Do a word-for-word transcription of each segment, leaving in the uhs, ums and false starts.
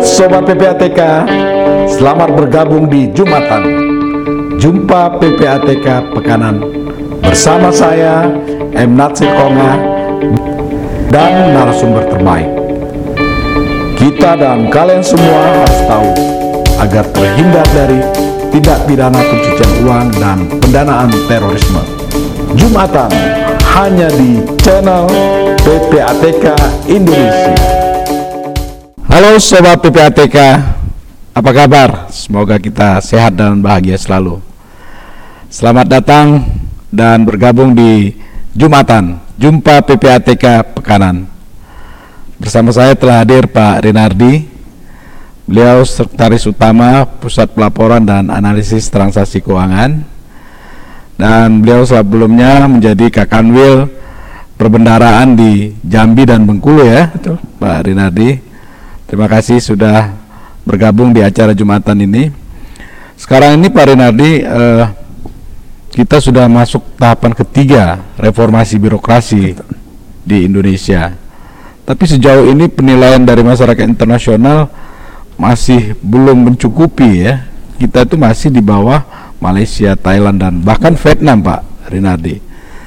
Sobat P P A T K, selamat bergabung di Jumatan. Jumpa P P A T K Pekanan bersama saya M. Natsir Konga dan narasumber terbaik. Kita dan kalian semua harus tahu agar terhindar dari tindak pidana pencucian uang dan pendanaan terorisme. Jumatan hanya di channel P P A T K Indonesia. Halo Sobat P P A T K, apa kabar? Semoga kita sehat dan bahagia selalu. Selamat datang dan bergabung di Jumatan, Jumpa P P A T K Pekanan. Bersama saya telah hadir Pak Rinardi. Beliau Sekretaris Utama Pusat Pelaporan dan Analisis Transaksi Keuangan. Dan beliau sebelumnya menjadi Kakanwil Perbendaraan di Jambi dan Bengkulu ya. Betul. Pak Rinardi, terima kasih sudah bergabung di acara Jumatan ini. Sekarang ini Pak Rinardi, eh, kita sudah masuk tahapan ketiga reformasi birokrasi Betul. Di Indonesia. Tapi sejauh ini penilaian dari masyarakat internasional masih belum mencukupi ya. Kita itu masih di bawah Malaysia, Thailand dan bahkan Vietnam, Pak Rinardi.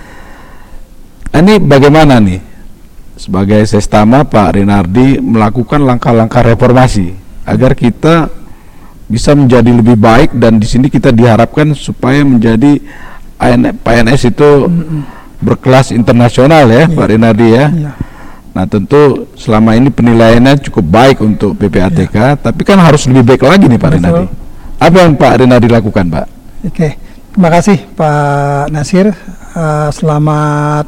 Ini bagaimana nih sebagai sestama Pak Rinardi melakukan langkah-langkah reformasi agar kita bisa menjadi lebih baik, dan di sini kita diharapkan supaya menjadi P N S itu mm-hmm. berkelas internasional ya, yeah. Pak Rinardi ya. Yeah. Nah tentu selama ini penilaiannya cukup baik untuk P P A T K, yeah. tapi kan harus lebih baik lagi nih Pak Betul. Rinardi. Apa yang Pak Rinardi lakukan, Pak? Oke, terima kasih Pak Nasir. Uh, selamat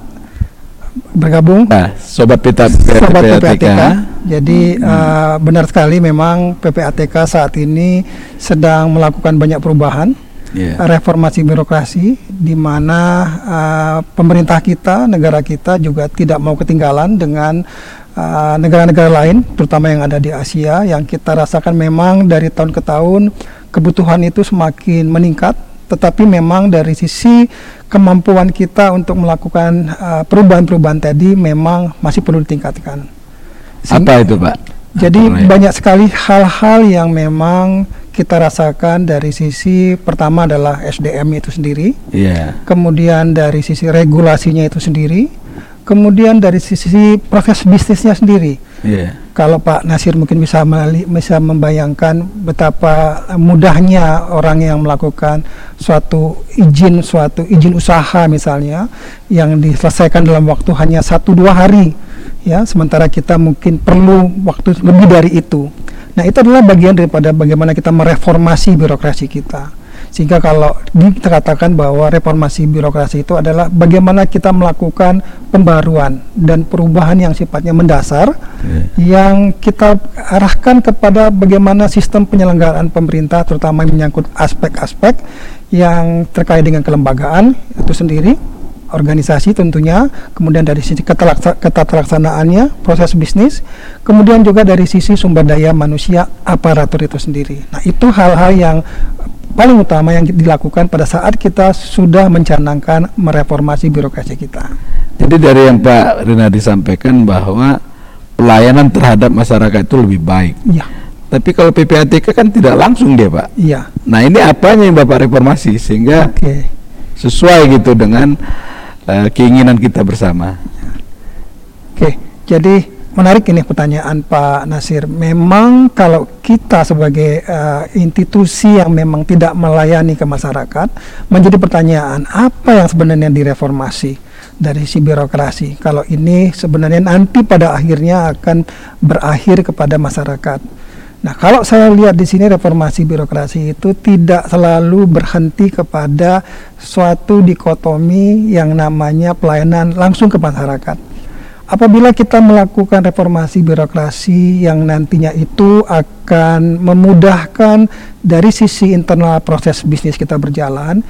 bergabung. Nah, Sobat P P A T K. Sobat P P A T K. Jadi hmm. uh, benar sekali memang P P A T K saat ini sedang melakukan banyak perubahan, yeah. reformasi birokrasi, di mana uh, pemerintah kita, negara kita juga tidak mau ketinggalan dengan uh, negara-negara lain, terutama yang ada di Asia, yang kita rasakan memang dari tahun ke tahun kebutuhan itu semakin meningkat. Tetapi memang dari sisi kemampuan kita untuk melakukan uh, perubahan-perubahan tadi memang masih perlu ditingkatkan. Apa itu, Pak? Jadi Apa banyak sekali hal-hal yang memang kita rasakan dari sisi pertama adalah S D M itu sendiri, yeah. kemudian dari sisi regulasinya itu sendiri, kemudian dari sisi proses bisnisnya sendiri. Yeah. Kalau Pak Nasir mungkin bisa meli, bisa membayangkan betapa mudahnya orang yang melakukan suatu izin, suatu izin usaha misalnya, yang diselesaikan dalam waktu hanya satu dua hari, ya, sementara kita mungkin perlu waktu lebih dari itu. Nah, itu adalah bagian daripada bagaimana kita mereformasi birokrasi kita. Sehingga kalau dikatakan bahwa reformasi birokrasi itu adalah bagaimana kita melakukan pembaruan dan perubahan yang sifatnya mendasar, yeah. yang kita arahkan kepada bagaimana sistem penyelenggaraan pemerintah, terutama menyangkut aspek-aspek yang terkait dengan kelembagaan itu sendiri, organisasi tentunya, kemudian dari sisi ketataksanaannya, proses bisnis, kemudian juga dari sisi sumber daya manusia, aparatur itu sendiri. Nah, itu hal-hal yang paling utama yang dilakukan pada saat kita sudah mencanangkan mereformasi birokrasi kita. Jadi dari yang Pak Rinardi sampaikan bahwa pelayanan terhadap masyarakat itu lebih baik. Ya. Tapi kalau P P A T K kan tidak langsung dia, Pak. Iya. Nah, ini apanya yang Bapak reformasi sehingga okay. sesuai gitu dengan uh, keinginan kita bersama. Oke, okay. Jadi menarik ini pertanyaan Pak Nasir. Memang kalau kita sebagai uh, institusi yang memang tidak melayani ke masyarakat, menjadi pertanyaan apa yang sebenarnya direformasi dari si birokrasi. Kalau ini sebenarnya nanti pada akhirnya akan berakhir kepada masyarakat. Nah, kalau saya lihat di sini reformasi birokrasi itu tidak selalu berhenti kepada suatu dikotomi yang namanya pelayanan langsung ke masyarakat. Apabila kita melakukan reformasi birokrasi yang nantinya itu akan memudahkan dari sisi internal proses bisnis kita berjalan,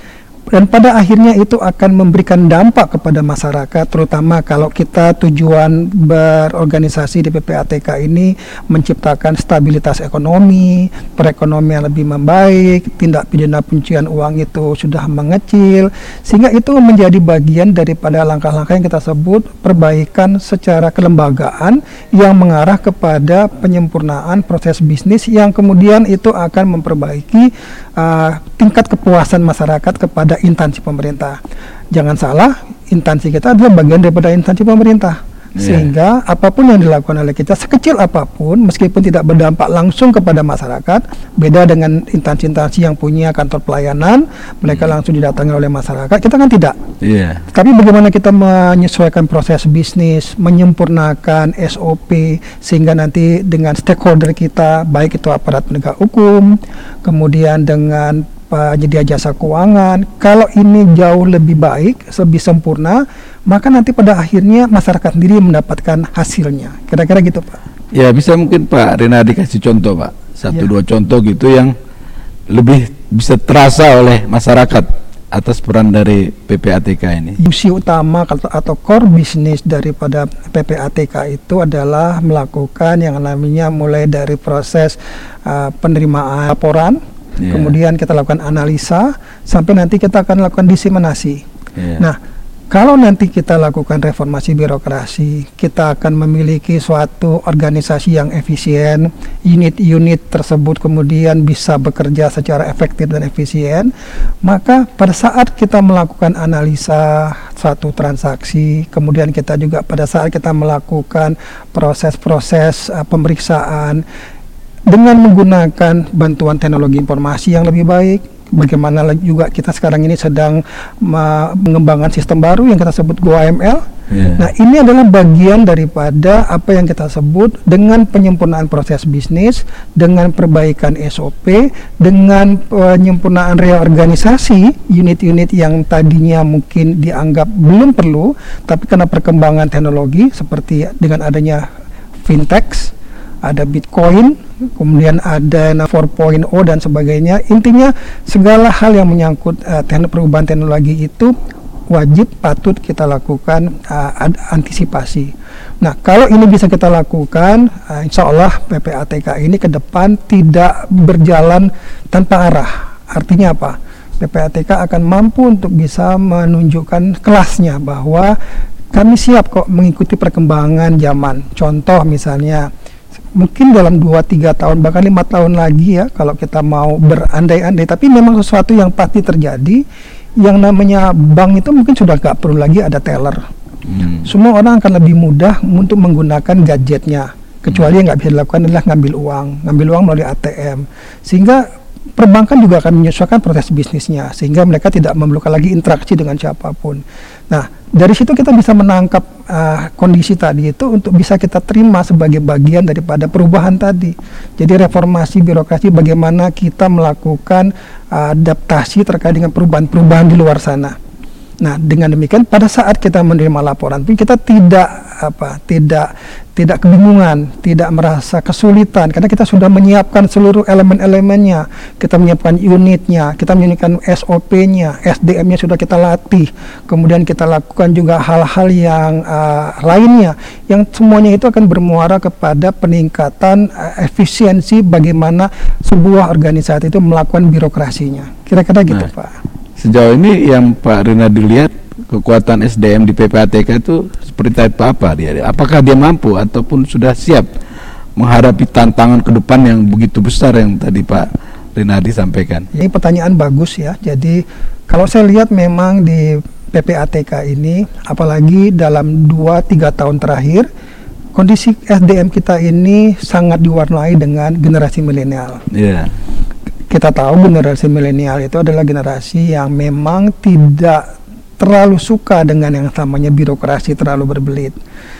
Dan pada akhirnya itu akan memberikan dampak kepada masyarakat, terutama kalau kita tujuan berorganisasi di P P A T K ini menciptakan stabilitas ekonomi, perekonomian lebih membaik, tindak pidana pencucian uang itu sudah mengecil, sehingga itu menjadi bagian daripada langkah-langkah yang kita sebut perbaikan secara kelembagaan yang mengarah kepada penyempurnaan proses bisnis yang kemudian itu akan memperbaiki uh, tingkat kepuasan masyarakat kepada instansi pemerintah. Jangan salah, instansi kita adalah bagian daripada instansi pemerintah. Yeah. Sehingga apapun yang dilakukan oleh kita, sekecil apapun, meskipun tidak berdampak langsung kepada masyarakat, beda dengan instansi-instansi yang punya kantor pelayanan, mereka hmm. langsung didatangi oleh masyarakat, kita kan tidak. Yeah. Tapi bagaimana kita menyesuaikan proses bisnis, menyempurnakan S O P, sehingga nanti dengan stakeholder kita, baik itu aparat penegak hukum, kemudian dengan penyedia jasa keuangan, kalau ini jauh lebih baik, lebih sempurna, maka nanti pada akhirnya masyarakat sendiri mendapatkan hasilnya. Kira-kira gitu, Pak. Ya, bisa mungkin Pak Renadi kasih contoh, Pak. Satu ya. dua contoh gitu yang lebih bisa terasa oleh masyarakat atas peran dari P P A T K ini. Fungsi utama atau core bisnis daripada P P A T K itu adalah melakukan yang namanya mulai dari proses uh, penerimaan laporan, yeah. kemudian kita lakukan analisa, sampai nanti kita akan lakukan diseminasi. Yeah. Nah, kalau nanti kita lakukan reformasi birokrasi, kita akan memiliki suatu organisasi yang efisien, unit-unit tersebut kemudian bisa bekerja secara efektif dan efisien, maka pada saat kita melakukan analisa suatu transaksi, kemudian kita juga pada saat kita melakukan proses-proses uh, pemeriksaan, dengan menggunakan bantuan teknologi informasi yang lebih baik, bagaimana juga kita sekarang ini sedang mengembangkan sistem baru yang kita sebut Go A M L. Yeah. Nah, ini adalah bagian daripada apa yang kita sebut dengan penyempurnaan proses bisnis, dengan perbaikan S O P, dengan penyempurnaan reorganisasi unit-unit yang tadinya mungkin dianggap belum perlu, tapi karena perkembangan teknologi seperti dengan adanya fintech, ada Bitcoin, kemudian ada empat titik nol dan sebagainya. Intinya segala hal yang menyangkut uh, teknik perubahan teknologi itu wajib patut kita lakukan uh, antisipasi. Nah, kalau ini bisa kita lakukan, uh, insya Allah P P A T K ini ke depan tidak berjalan tanpa arah. Artinya apa? P P A T K akan mampu untuk bisa menunjukkan kelasnya bahwa kami siap kok mengikuti perkembangan zaman. Contoh misalnya, mungkin dalam dua tiga tahun bahkan lima tahun lagi ya, kalau kita mau berandai-andai, tapi memang sesuatu yang pasti terjadi, yang namanya bank itu mungkin sudah gak perlu lagi ada teller. hmm. Semua orang akan lebih mudah untuk menggunakan gadgetnya, kecuali hmm. yang nggak bisa dilakukan adalah ngambil uang ngambil uang melalui A T M, sehingga perbankan juga akan menyesuaikan proses bisnisnya sehingga mereka tidak memerlukan lagi interaksi dengan siapapun. Nah, dari situ kita bisa menangkap uh, kondisi tadi itu untuk bisa kita terima sebagai bagian daripada perubahan tadi. Jadi reformasi birokrasi, bagaimana kita melakukan uh, adaptasi terkait dengan perubahan-perubahan di luar sana. Nah, dengan demikian pada saat kita menerima laporan pun kita tidak apa tidak tidak kebingungan, tidak merasa kesulitan karena kita sudah menyiapkan seluruh elemen-elemennya. Kita menyiapkan unitnya, kita menyiapkan S O P-nya, S D M-nya sudah kita latih. Kemudian kita lakukan juga hal-hal yang uh, lainnya yang semuanya itu akan bermuara kepada peningkatan uh, efisiensi bagaimana sebuah organisasi itu melakukan birokrasinya. Kira-kira gitu, nah, Pak. Sejauh ini yang Pak Renadi lihat, kekuatan S D M di P P A T K itu seperti apa dia? Apakah dia mampu ataupun sudah siap menghadapi tantangan ke depan yang begitu besar yang tadi Pak Renadi sampaikan? Ini pertanyaan bagus ya. Jadi kalau saya lihat memang di P P A T K ini, apalagi dalam dua tiga tahun terakhir, kondisi S D M kita ini sangat diwarnai dengan generasi milenial. Iya. Yeah. Kita tahu generasi milenial itu adalah generasi yang memang tidak terlalu suka dengan yang namanya birokrasi terlalu berbelit.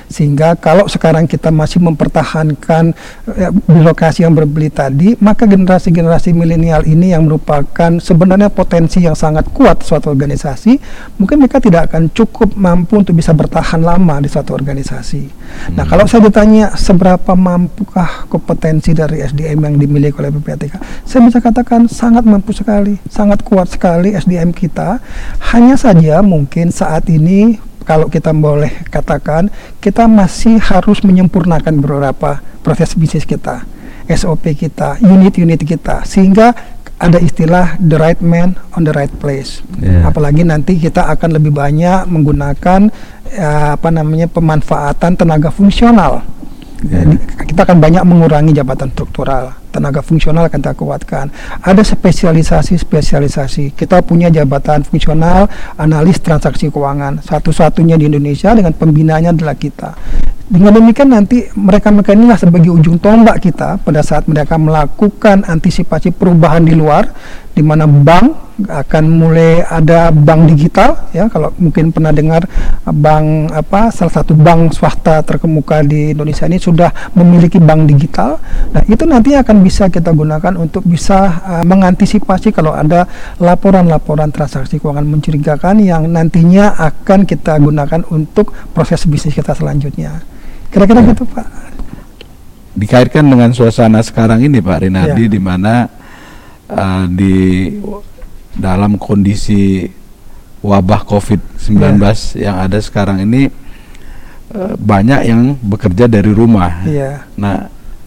Sehingga kalau sekarang kita masih mempertahankan eh, birokrasi yang berbelit tadi, maka generasi-generasi milenial ini yang merupakan sebenarnya potensi yang sangat kuat suatu organisasi, mungkin mereka tidak akan cukup mampu untuk bisa bertahan lama di suatu organisasi. Hmm. Nah, kalau saya ditanya seberapa mampukah kompetensi dari S D M yang dimiliki oleh P P A T K, saya bisa katakan sangat mampu sekali, sangat kuat sekali S D M kita. Hanya saja mungkin saat ini kalau kita boleh katakan, kita masih harus menyempurnakan beberapa proses bisnis kita, S O P kita, unit-unit kita, sehingga ada istilah the right man on the right place. Yeah. Apalagi nanti kita akan lebih banyak menggunakan uh, apa namanya pemanfaatan tenaga fungsional. Yeah. Kita akan banyak mengurangi jabatan struktural, tenaga fungsional akan kita kuatkan. Ada spesialisasi-spesialisasi. Kita punya jabatan fungsional analis transaksi keuangan, satu-satunya di Indonesia dengan pembinaannya adalah kita. Dengan demikian nanti mereka-mereka inilah sebagai ujung tombak kita pada saat mereka melakukan antisipasi perubahan di luar, di mana bank akan mulai ada bank digital, ya kalau mungkin pernah dengar bank apa salah satu bank swasta terkemuka di Indonesia ini sudah memiliki bank digital. Nah, itu nanti akan bisa kita gunakan untuk bisa uh, mengantisipasi kalau ada laporan-laporan transaksi keuangan mencurigakan yang nantinya akan kita gunakan untuk proses bisnis kita selanjutnya. Kira-kira ya. Gitu, Pak. Dikaitkan dengan suasana sekarang ini, Pak Rinardi, ya. Di mana uh, di dalam kondisi wabah covid sembilan belas ya. Yang ada sekarang ini uh, banyak yang bekerja dari rumah. Ya. Nah,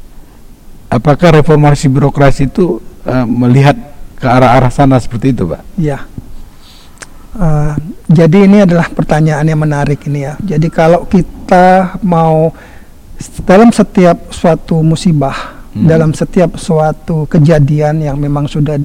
apakah reformasi birokrasi itu uh, melihat ke arah-arah sana seperti itu, Pak? Ya. Uh, jadi ini adalah pertanyaan yang menarik ini ya. Jadi kalau kita mau dalam setiap suatu musibah, hmm. dalam setiap suatu kejadian yang memang sudah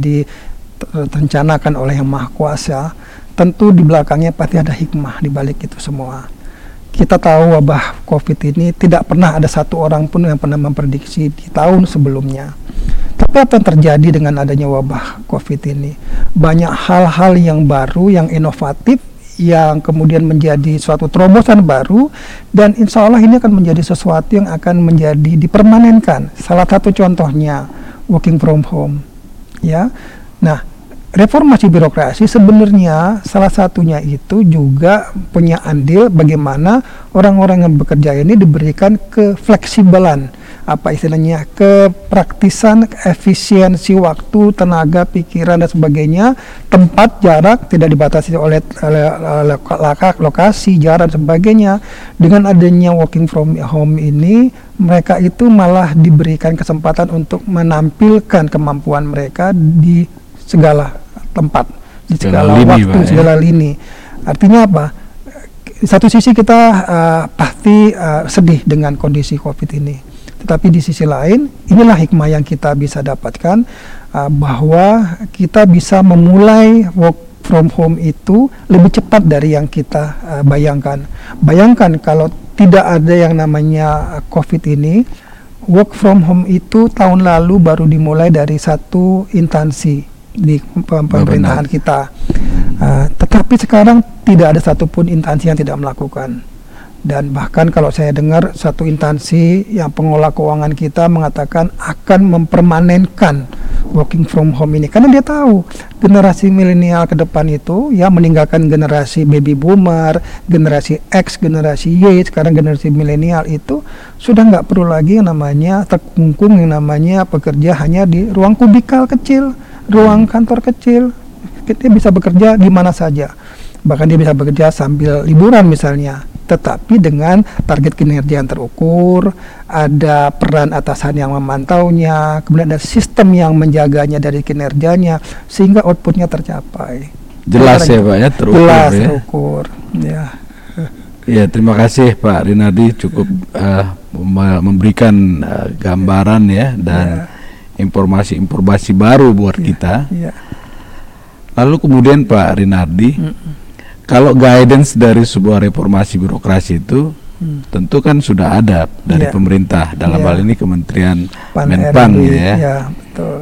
direncanakan oleh Yang Maha Kuasa, tentu di belakangnya pasti ada hikmah di balik itu semua. Kita tahu wabah COVID ini tidak pernah ada satu orang pun yang pernah memprediksi di tahun sebelumnya. Tapi apa yang terjadi dengan adanya wabah COVID ini? Banyak hal-hal yang baru, yang inovatif, yang kemudian menjadi suatu terobosan baru, dan insya Allah ini akan menjadi sesuatu yang akan menjadi dipermanenkan. Salah satu contohnya working from home, ya. Nah, reformasi birokrasi sebenarnya salah satunya itu juga punya andil bagaimana orang-orang yang bekerja ini diberikan kefleksibelan, apa istilahnya, kepraktisan, efisiensi waktu, tenaga, pikiran dan sebagainya, tempat, jarak tidak dibatasi oleh, oleh, oleh lokasi, jarak dan sebagainya. Dengan adanya working from home ini, mereka itu malah diberikan kesempatan untuk menampilkan kemampuan mereka di segala tempat, di segala, segala waktu, lini, segala ya. lini. Artinya apa? Di satu sisi kita uh, pasti uh, sedih dengan kondisi COVID ini. Tetapi di sisi lain, inilah hikmah yang kita bisa dapatkan, uh, bahwa kita bisa memulai work from home itu lebih cepat dari yang kita uh, bayangkan. Bayangkan kalau tidak ada yang namanya COVID ini, work from home itu tahun lalu baru dimulai dari satu instansi di pemerintahan kita. Uh, tetapi sekarang tidak ada satupun instansi yang tidak melakukan. Dan bahkan kalau saya dengar satu instansi yang pengelola keuangan kita mengatakan akan mempermanenkan working from home ini, karena dia tahu generasi milenial ke depan itu ya meninggalkan generasi baby boomer, generasi X, generasi Y, sekarang generasi milenial itu sudah nggak perlu lagi yang namanya terkungkung, yang namanya pekerja hanya di ruang kubikal kecil, ruang kantor kecil. Dia bisa bekerja di mana saja, bahkan dia bisa bekerja sambil liburan misalnya, tetapi dengan target kinerja yang terukur, ada peran atasan yang memantaunya, kemudian ada sistem yang menjaganya dari kinerjanya sehingga outputnya tercapai. Jelas ya Pak ya, terukur. Jelas, ya. terukur. Ya. Ya, terima kasih Pak Rinardi, cukup uh, memberikan uh, gambaran ya dan informasi-informasi baru buat ya. kita. Ya. Lalu kemudian Pak Rinardi, mm -mm. kalau guidance dari sebuah reformasi birokrasi itu hmm. tentu kan sudah ada dari yeah. pemerintah, dalam yeah. hal ini Kementerian Menpan ya. ya betul.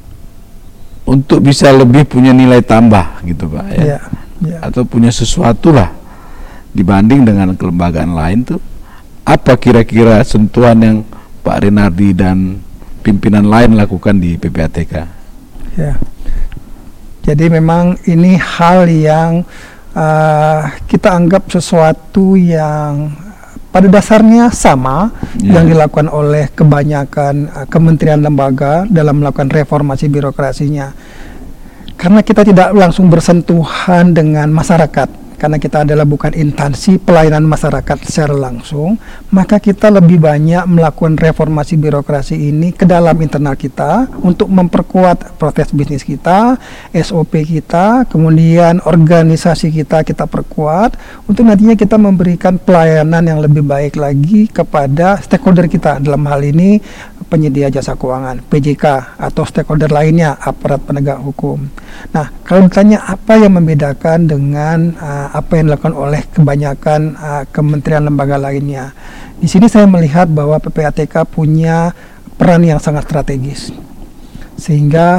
Untuk bisa lebih punya nilai tambah gitu Pak ya. Yeah. Yeah. Atau punya sesuatu lah dibanding dengan kelembagaan lain tuh, apa kira-kira sentuhan yang Pak Renardi dan pimpinan lain lakukan di P P A T K? Ya, jadi memang ini hal yang uh, kita anggap sesuatu yang pada dasarnya sama yeah. yang dilakukan oleh kebanyakan uh, kementerian lembaga dalam melakukan reformasi birokrasinya. Karena kita tidak langsung bersentuhan dengan masyarakat, karena kita adalah bukan instansi pelayanan masyarakat secara langsung, maka kita lebih banyak melakukan reformasi birokrasi ini ke dalam internal kita untuk memperkuat proses bisnis kita, S O P kita, kemudian organisasi kita kita perkuat untuk nantinya kita memberikan pelayanan yang lebih baik lagi kepada stakeholder kita, dalam hal ini penyedia jasa keuangan, P J K, atau stakeholder lainnya, aparat penegak hukum. Nah, kalau ditanya apa yang membedakan dengan uh, apa yang dilakukan oleh kebanyakan uh, kementerian lembaga lainnya, di sini saya melihat bahwa P P A T K punya peran yang sangat strategis, sehingga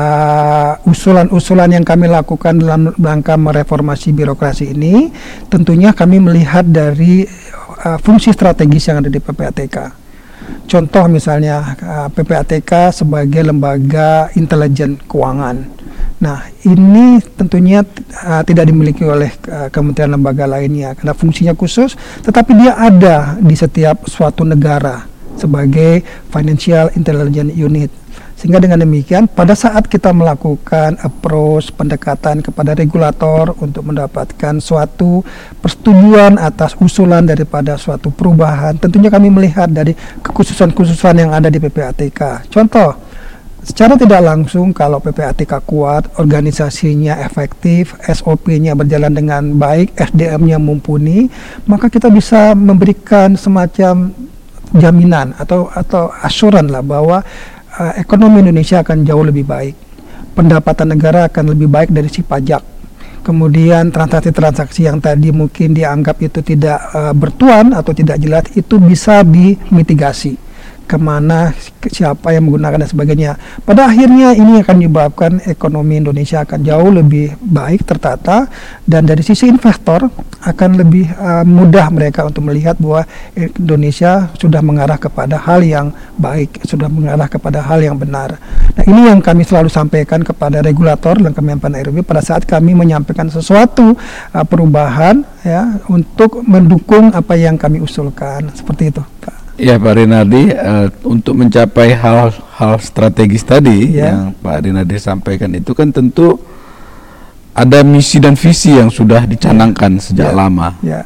uh, usulan-usulan yang kami lakukan dalam rangka mereformasi birokrasi ini tentunya kami melihat dari uh, fungsi strategis yang ada di P P A T K. Contoh misalnya uh, P P A T K sebagai lembaga intelijen keuangan. Nah, ini tentunya uh, tidak dimiliki oleh uh, kementerian lembaga lainnya karena fungsinya khusus, tetapi dia ada di setiap suatu negara sebagai Financial Intelligence Unit. Sehingga dengan demikian, pada saat kita melakukan approach pendekatan kepada regulator untuk mendapatkan suatu persetujuan atas usulan daripada suatu perubahan, tentunya kami melihat dari kekhususan-kekhususan yang ada di P P A T K. Contoh, secara tidak langsung kalau P P A T K kuat, organisasinya efektif, S O P-nya berjalan dengan baik, S D M-nya mumpuni, maka kita bisa memberikan semacam jaminan atau atau asuran lah bahwa uh, ekonomi Indonesia akan jauh lebih baik, pendapatan negara akan lebih baik dari si pajak, kemudian transaksi-transaksi yang tadi mungkin dianggap itu tidak uh, bertuan atau tidak jelas itu bisa dimitigasi, kemana, siapa yang menggunakan dan sebagainya. Pada akhirnya ini akan menyebabkan ekonomi Indonesia akan jauh lebih baik, tertata, dan dari sisi investor akan lebih uh, mudah mereka untuk melihat bahwa Indonesia sudah mengarah kepada hal yang baik, sudah mengarah kepada hal yang benar. Nah, ini yang kami selalu sampaikan kepada regulator dan Kemenpan R B pada saat kami menyampaikan sesuatu uh, perubahan ya untuk mendukung apa yang kami usulkan. Seperti itu, Pak. Ya, Pak Renardi, uh, untuk mencapai hal-hal strategis tadi ya, yang Pak Renardi sampaikan itu kan tentu ada misi dan visi yang sudah dicanangkan sejak ya, lama. Ya.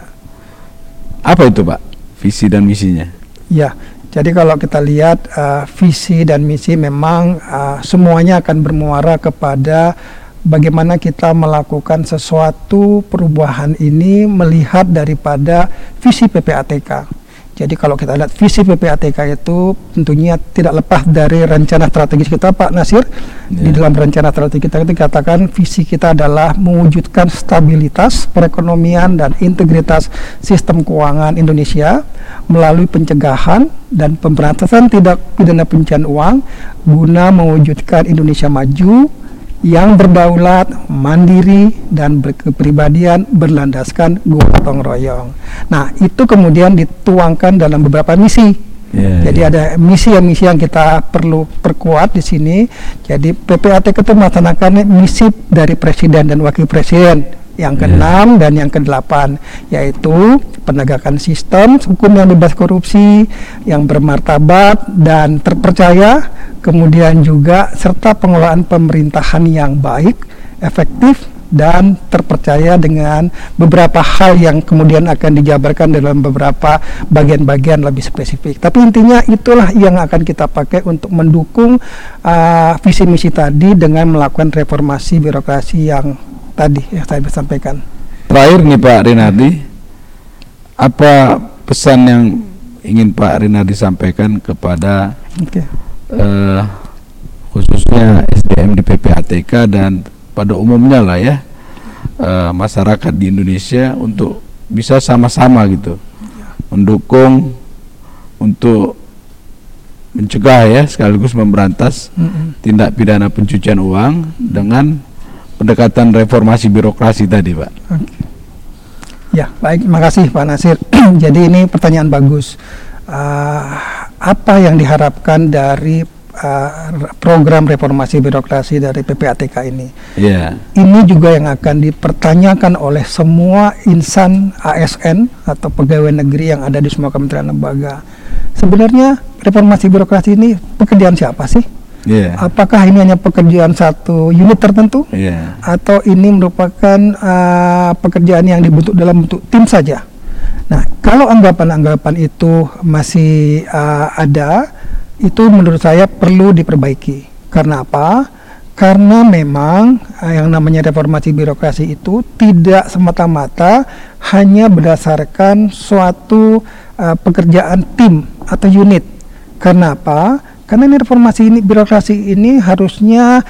Apa itu, Pak, visi dan misinya? Ya, jadi kalau kita lihat uh, visi dan misi memang uh, semuanya akan bermuara kepada bagaimana kita melakukan sesuatu perubahan ini melihat daripada visi P P A T K. Jadi kalau kita lihat visi P P A T K itu tentunya tidak lepas dari rencana strategis kita, Pak Nasir. Yeah. Di dalam rencana strategis kita dikatakan visi kita adalah mewujudkan stabilitas perekonomian dan integritas sistem keuangan Indonesia melalui pencegahan dan pemberantasan tindak pidana pencucian uang guna mewujudkan Indonesia maju yang berdaulat, mandiri, dan berkepribadian berlandaskan gotong royong. Nah, itu kemudian dituangkan dalam beberapa misi. Yeah, Jadi yeah. ada misi-misi yang kita perlu perkuat di sini. Jadi P P A T K itu melaksanakan misi dari Presiden dan Wakil Presiden yang keenam yeah. dan yang kedelapan, yaitu penegakan sistem hukum yang bebas korupsi, yang bermartabat dan terpercaya, kemudian juga serta pengelolaan pemerintahan yang baik, efektif, dan terpercaya dengan beberapa hal yang kemudian akan dijabarkan dalam beberapa bagian-bagian lebih spesifik. Tapi intinya itulah yang akan kita pakai untuk mendukung uh, visi misi tadi dengan melakukan reformasi birokrasi yang tadi yang saya sampaikan. Terakhir nih Pak Renardi, apa pesan yang ingin Pak Renardi sampaikan kepada okay. uh, khususnya S D M di P P A T K dan pada umumnya lah ya, uh, masyarakat di Indonesia untuk bisa sama-sama gitu mendukung untuk mencegah ya sekaligus memberantas mm-hmm. tindak pidana pencucian uang dengan pendekatan reformasi birokrasi tadi, Pak. Okay. Ya, baik, terima kasih Pak Nasir. Jadi ini pertanyaan bagus. Uh, apa yang diharapkan dari uh, program reformasi birokrasi dari P P A T K ini? Yeah. Ini juga yang akan dipertanyakan oleh semua insan A S N atau pegawai negeri yang ada di semua kementerian lembaga. Sebenarnya reformasi birokrasi ini pekerjaan siapa sih? Yeah. Apakah ini hanya pekerjaan satu unit tertentu, yeah, atau ini merupakan uh, pekerjaan yang dibentuk dalam bentuk tim saja? Nah, kalau anggapan-anggapan itu masih uh, ada, itu menurut saya perlu diperbaiki. Karena apa? Karena memang uh, yang namanya reformasi birokrasi itu tidak semata-mata hanya berdasarkan suatu uh, pekerjaan tim atau unit. Karena apa? Karena ini reformasi ini, birokrasi ini harusnya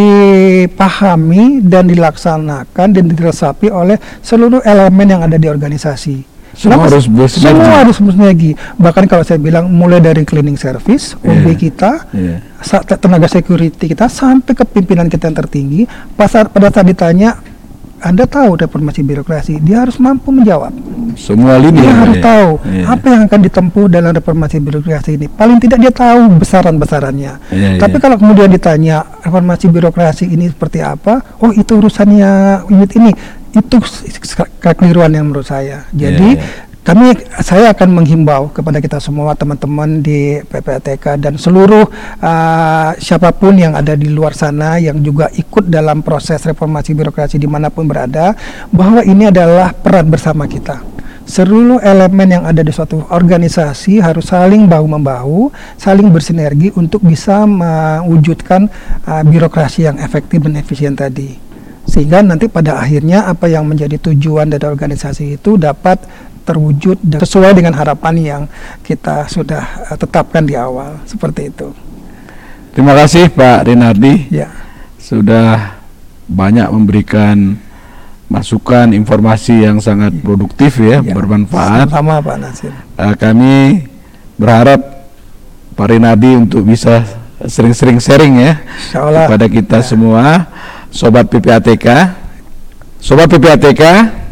dipahami dan dilaksanakan dan diresapi oleh seluruh elemen yang ada di organisasi. Semua harus bersinergi. Semua harus bersinergi. Bahkan kalau saya bilang mulai dari cleaning service, O B yeah. kita, yeah. tenaga security kita, sampai ke pimpinan kita yang tertinggi, pasar, pada saat ditanya, Anda tahu reformasi birokrasi, dia harus mampu menjawab. Semua lini. Dia ya, harus ya. tahu ya. apa yang akan ditempuh dalam reformasi birokrasi ini. Paling tidak dia tahu besaran-besarannya. Ya, Tapi ya. kalau kemudian ditanya reformasi birokrasi ini seperti apa, oh itu urusannya unit ini, itu kekeliruan yang menurut saya. Jadi ya, ya. Kami, saya akan menghimbau kepada kita semua teman-teman di P P A T K dan seluruh uh, siapapun yang ada di luar sana yang juga ikut dalam proses reformasi birokrasi dimanapun berada, bahwa ini adalah peran bersama kita. Seluruh elemen yang ada di suatu organisasi harus saling bahu-membahu, saling bersinergi untuk bisa mewujudkan uh, birokrasi yang efektif dan efisien tadi. Sehingga nanti pada akhirnya apa yang menjadi tujuan dari organisasi itu dapat terwujud sesuai dengan harapan yang kita sudah uh, tetapkan di awal, seperti itu. Terima kasih Pak Rinardi, ya. Sudah banyak memberikan masukan, informasi yang sangat ya. produktif ya, ya. bermanfaat. Sama Pak Nasir. Uh, kami berharap Pak Rinardi untuk bisa sering-sering sharing ya kepada kita ya. semua, Sobat P P A T K, Sobat P P A T K.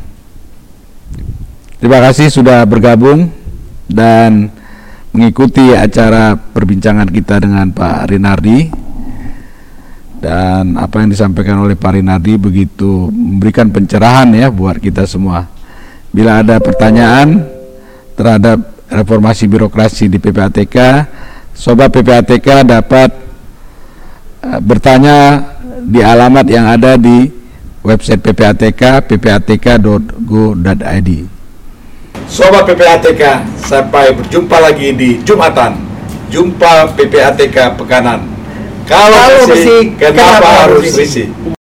Terima kasih sudah bergabung dan mengikuti acara perbincangan kita dengan Pak Rinardi. Dan apa yang disampaikan oleh Pak Rinardi begitu memberikan pencerahan ya buat kita semua. Bila ada pertanyaan terhadap reformasi birokrasi di P P A T K, Sobat P P A T K dapat uh, bertanya di alamat yang ada di website P P A T K, p p a t k dot go dot i d. Sobat P P A T K, sampai berjumpa lagi di Jumatan. Jumpa P P A T K Pekanan. Kalau bersih, kenapa harus risih?